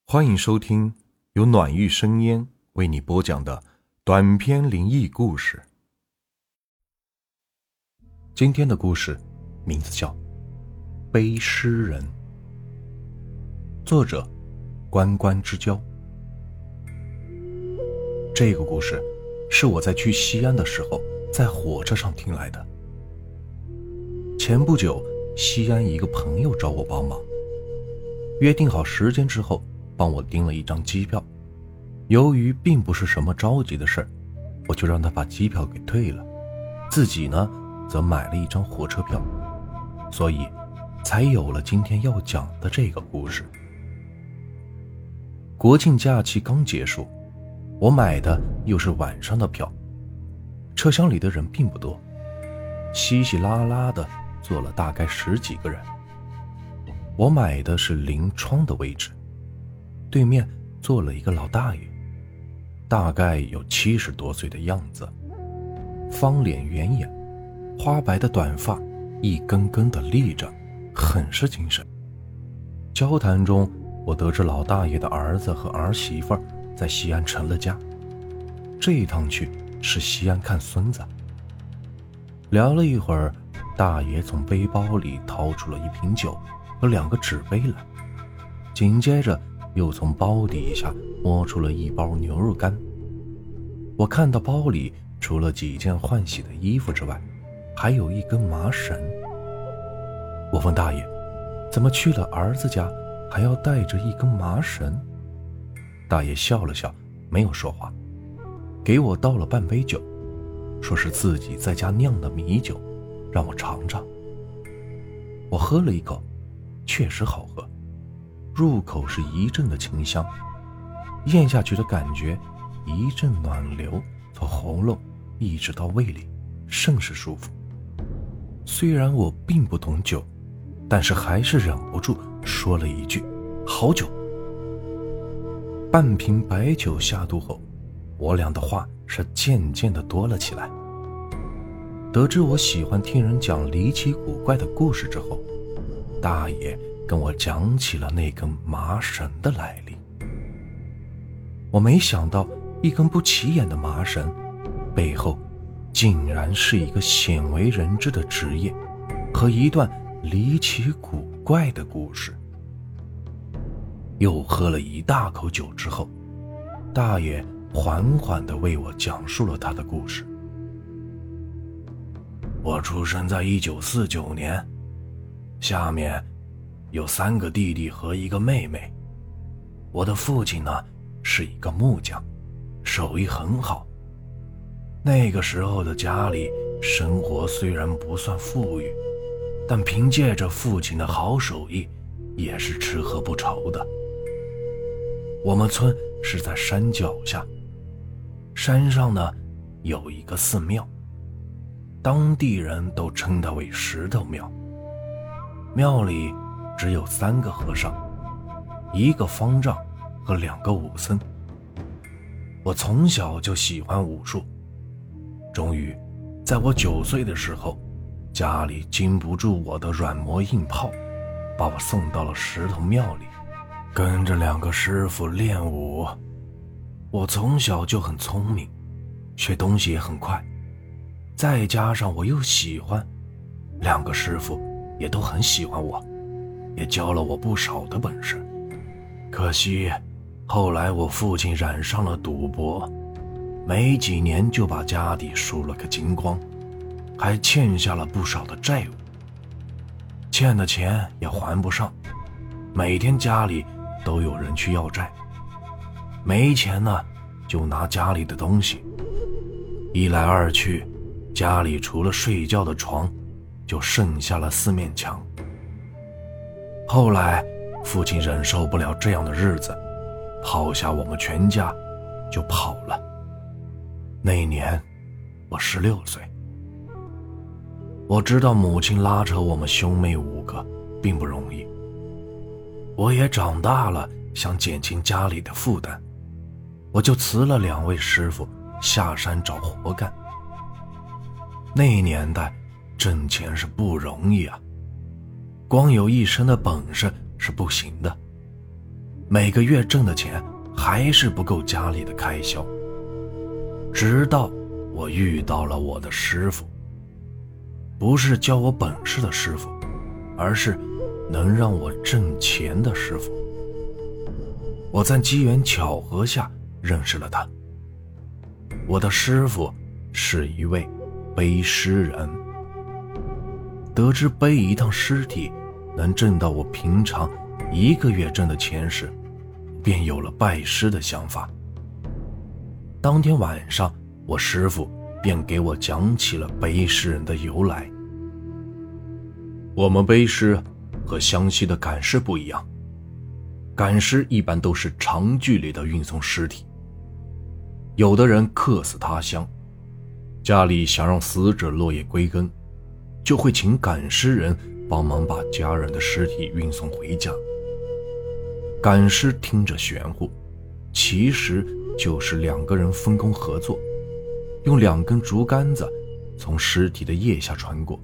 欢迎收听由暖玉生烟为你播讲的短篇灵异故事。今天的故事名字叫背诗人，作者关关之交。这个故事是我在去西安的时候在火车上听来的。前不久西安一个朋友找我帮忙，约定好时间之后帮我订了一张机票。由于并不是什么着急的事儿，我就让他把机票给退了，自己呢则买了一张火车票，所以才有了今天要讲的这个故事。国庆假期刚结束，我买的又是晚上的票，车厢里的人并不多，稀稀拉拉的坐了大概10几个人。我买的是临窗的位置，对面坐了一个老大爷，大概有70多岁的样子，方脸圆眼，花白的短发一根根的立着，很是精神。交谈中，我得知老大爷的儿子和儿媳妇在西安成了家，这一趟去是西安看孙子。聊了一会儿，大爷从背包里掏出了一瓶酒和2个纸杯来，紧接着又从包底下摸出了一包牛肉干。我看到包里除了几件换洗的衣服之外，还有一根麻绳。我问大爷，怎么去了儿子家还要带着一根麻绳？大爷笑了笑，没有说话，给我倒了半杯酒，说是自己在家酿的米酒，让我尝尝。我喝了一口，确实好喝，入口是一阵的清香，咽下去的感觉一阵暖流从喉咙一直到胃里，甚是舒服。虽然我并不懂酒，但是还是忍不住说了一句好酒。半瓶白酒下肚后，我俩的话是渐渐的多了起来。得知我喜欢听人讲离奇古怪的故事之后，大爷跟我讲起了那根麻绳的来历。我没想到一根不起眼的麻绳背后竟然是一个鲜为人知的职业和一段离奇古怪的故事。又喝了一大口酒之后，大爷缓缓地为我讲述了他的故事。我出生在1949年，下面有3个弟弟和1个妹妹。我的父亲呢是一个木匠，手艺很好。那个时候的家里生活虽然不算富裕，但凭借着父亲的好手艺也是吃喝不愁的。我们村是在山脚下，山上呢有一个寺庙，当地人都称它为石头庙。庙里只有3个和尚，1个方丈和2个武僧。我从小就喜欢武术，终于在我9岁的时候，家里经不住我的软磨硬泡，把我送到了石头庙里，跟着2个师傅练武。我从小就很聪明，学东西也很快，再加上我又喜欢，2个师傅也都很喜欢我，也教了我不少的本事。可惜后来我父亲染上了赌博，没几年就把家底输了个精光，还欠下了不少的债务，欠的钱也还不上，每天家里都有人去要债。没钱呢就拿家里的东西，一来二去，家里除了睡觉的床就剩下了4面墙。后来父亲忍受不了这样的日子，抛下我们全家就跑了。那年我16岁。我知道母亲拉扯我们兄妹5个并不容易，我也长大了，想减轻家里的负担，我就辞了2位师傅，下山找活干。那年代挣钱是不容易啊，光有一身的本事是不行的， 每个月挣的钱还是不够家里的开销。直到我遇到了我的师傅，不是教我本事的师傅，而是能让我挣钱的师傅。我在机缘巧合下认识了他。我的师傅是一位背尸人。得知背一趟尸体能挣到我平常1个月挣的钱时，便有了拜师的想法。当天晚上，我师傅便给我讲起了背尸人的由来。我们背尸和湘西的赶尸不一样，赶尸一般都是长距离的运送尸体。有的人客死他乡，家里想让死者落叶归根，就会请赶尸人帮忙把家人的尸体运送回家。赶尸听着玄乎，其实就是2个人分工合作，用2根竹竿子从尸体的腋下穿过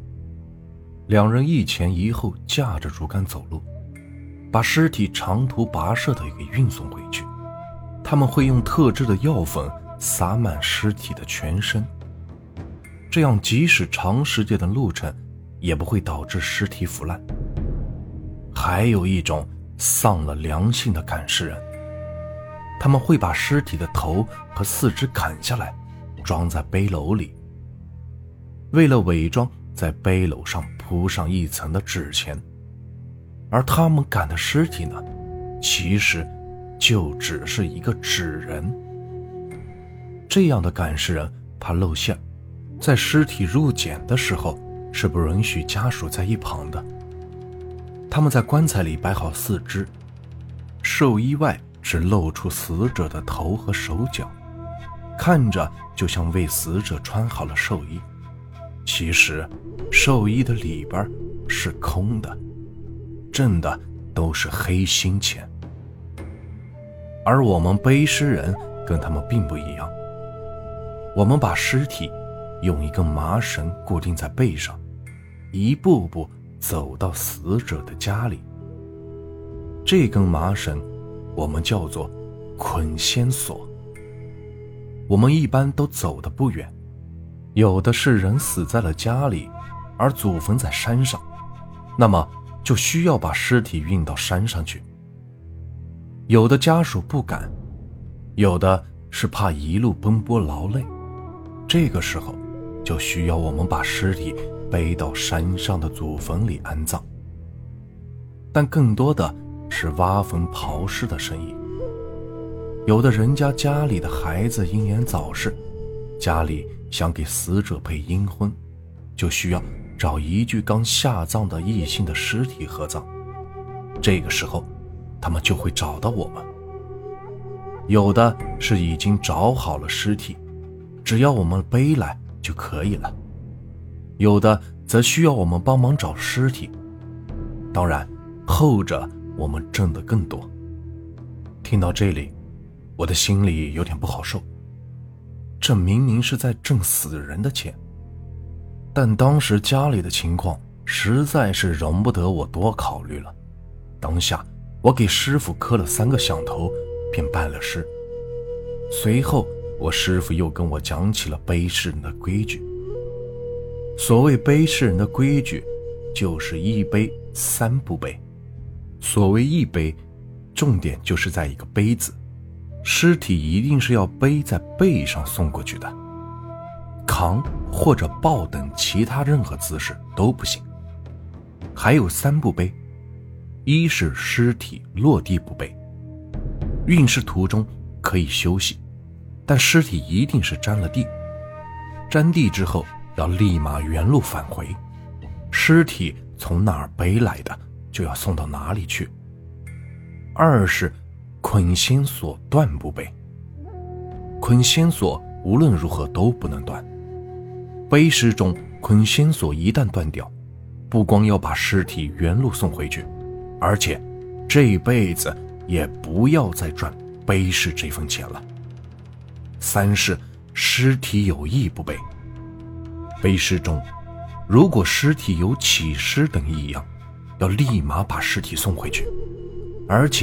，2人一前一后架着竹竿走路，把尸体长途跋涉的给运送回去。他们会用特制的药粉撒满尸体的全身，这样即使长时间的路程也不会导致尸体腐烂。还有一种丧了良心的赶尸人，他们会把尸体的头和4肢砍下来，装在背篓里。为了伪装，在背篓上铺上一层的纸钱，而他们赶的尸体呢，其实就只是一个纸人。这样的赶尸人怕露馅，在尸体入殓的时候是不允许家属在一旁的。他们在棺材里摆好4肢，寿衣外只露出死者的头和手脚，看着就像为死者穿好了寿衣，其实寿衣的里边是空的，挣的都是黑心钱。而我们背尸人跟他们并不一样，我们把尸体用一根麻绳固定在背上，一步步走到死者的家里。这根麻绳我们叫做捆仙索。我们一般都走得不远，有的是人死在了家里，而祖坟在山上，那么就需要把尸体运到山上去。有的家属不敢，有的是怕一路奔波劳累，这个时候就需要我们把尸体背到山上的祖坟里安葬。但更多的是挖坟刨尸的生意。有的人家里的孩子英年早逝，家里想给死者配阴婚，就需要找一具刚下葬的异性的尸体合葬，这个时候他们就会找到我们。有的是已经找好了尸体，只要我们背来就可以了。有的则需要我们帮忙找尸体，当然后者我们挣得更多。听到这里，我的心里有点不好受，这明明是在挣死人的钱，但当时家里的情况实在是容不得我多考虑了。当下我给师傅磕了3个响头，便办了尸。随后我师傅又跟我讲起了背尸人的规矩。所谓背尸人的规矩，就是1背3不背。所谓1背，重点就是在一个背字，尸体一定是要背在背上送过去的，扛或者抱等其他任何姿势都不行。还有3不背，一是尸体落地不背，运尸途中可以休息，但尸体一定是沾了地，沾地之后要立马原路返回，尸体从哪儿背来的就要送到哪里去。2是捆仙索断不背，捆仙索无论如何都不能断，背尸中捆仙索一旦断掉，不光要把尸体原路送回去，而且这辈子也不要再赚背尸这份钱了。3是尸体有异不背，背尸中如果尸体有起尸等异样，要立马把尸体送回去，而且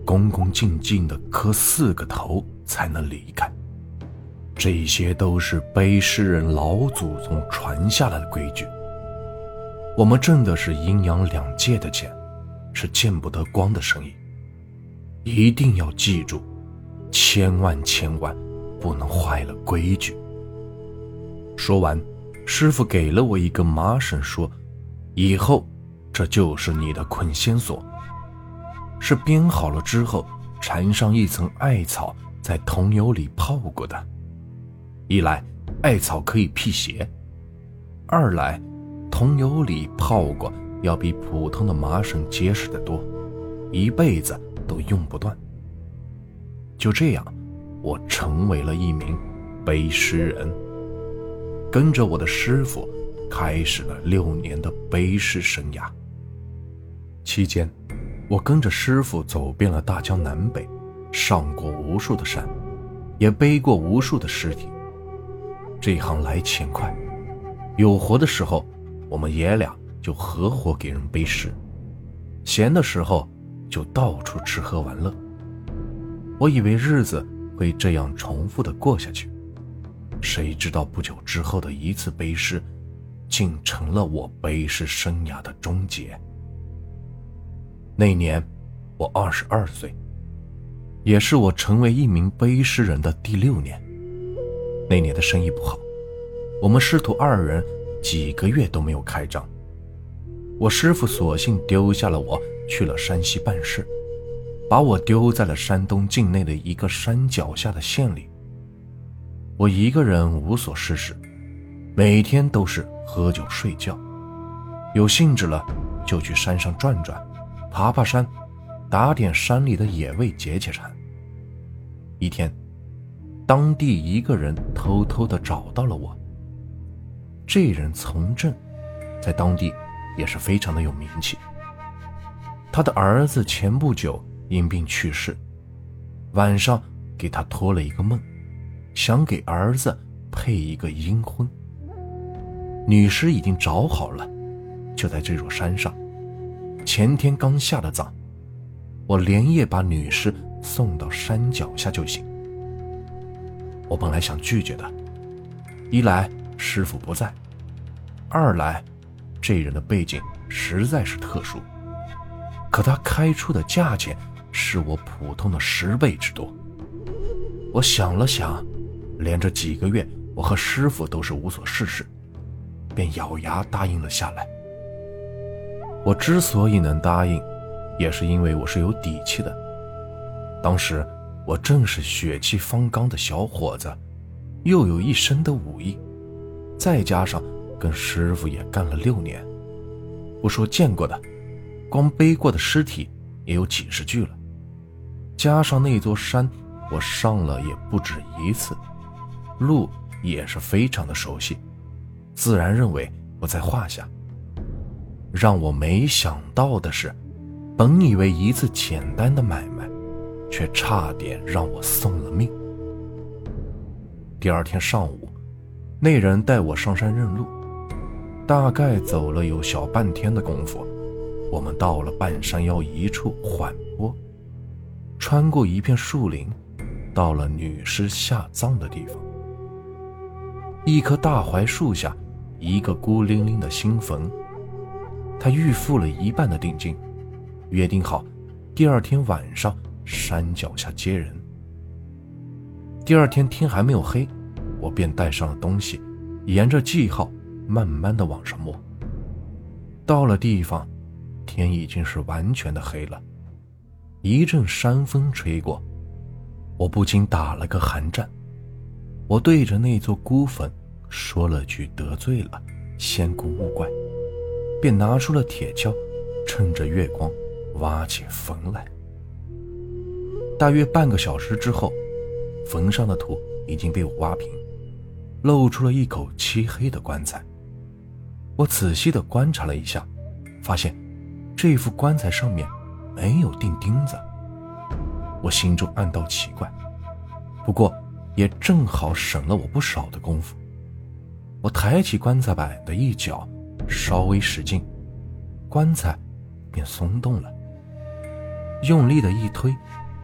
恭恭敬敬地磕4个头才能离开。这些都是背尸人老祖宗传下来的规矩。我们挣的是阴阳2界的钱，是见不得光的生意，一定要记住，千万不能坏了规矩。说完，师傅给了我一个麻绳，说以后这就是你的捆仙索，是编好了之后缠上一层艾草，在桐油里泡过的。一来艾草可以辟邪，二来桐油里泡过要比普通的麻绳结实得多，一辈子都用不断。就这样，我成为了一名背尸人，跟着我的师傅开始了6年的背尸生涯。期间，我跟着师傅走遍了大江南北，上过无数的山，也背过无数的尸体。这一行来钱快，有活的时候我们爷俩就合伙给人背尸，闲的时候就到处吃喝玩乐。我以为日子会这样重复的过下去，谁知道不久之后的一次背尸，竟成了我背尸生涯的终结。那年我22岁，也是我成为一名背尸人的第6年。那年的生意不好，我们师徒2人几个月都没有开张。我师父索性丢下了我，去了山西办事，把我丢在了山东境内的一个山脚下的县里。我一个人无所事事，每天都是喝酒睡觉，有兴致了就去山上转转，爬爬山，打点山里的野味解解馋。一天，当地一个人偷偷地找到了我。这人从政，在当地也是非常的有名气。他的儿子前不久因病去世，晚上给他托了一个梦，想给儿子配一个阴婚。女尸已经找好了，就在这座山上，前天刚下的葬，我连夜把女尸送到山脚下就行。我本来想拒绝的，一来师傅不在，二来这人的背景实在是特殊，可他开出的价钱是我普通的10倍之多。我想了想，连着几个月我和师傅都是无所事事，便咬牙答应了下来。我之所以能答应，也是因为我是有底气的。当时我正是血气方刚的小伙子，又有一身的武艺，再加上跟师傅也干了6年，不说见过的，光背过的尸体也有几十具了，加上那座山我上了也不止一次，路也是非常的熟悉，自然认为不在话下。让我没想到的是，本以为一次简单的买卖，却差点让我送了命。第2天上午，那人带我上山认路，大概走了有小半天的功夫，我们到了半山腰一处缓坡，穿过一片树林，到了女尸下葬的地方。一棵大槐树下，一个孤零零的新坟，他预付了一半的定金，约定好第2天晚上山脚下接人。第2天天还没有黑，我便带上了东西，沿着记号慢慢地往上摸。到了地方，天已经是完全的黑了，一阵山风吹过，我不禁打了个寒战。我对着那座孤坟说了句得罪了，仙姑勿怪，便拿出了铁锹，趁着月光挖起坟来。大约半个小时之后，坟上的土已经被我挖平，露出了一口漆黑的棺材。我仔细地观察了一下，发现这副棺材上面没有钉钉子。我心中暗道奇怪，不过也正好省了我不少的功夫。我抬起棺材板的一角，稍微使劲，棺材便松动了，用力的一推，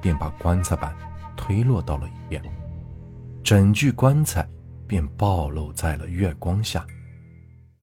便把棺材板推落到了一边，整具棺材便暴露在了月光下。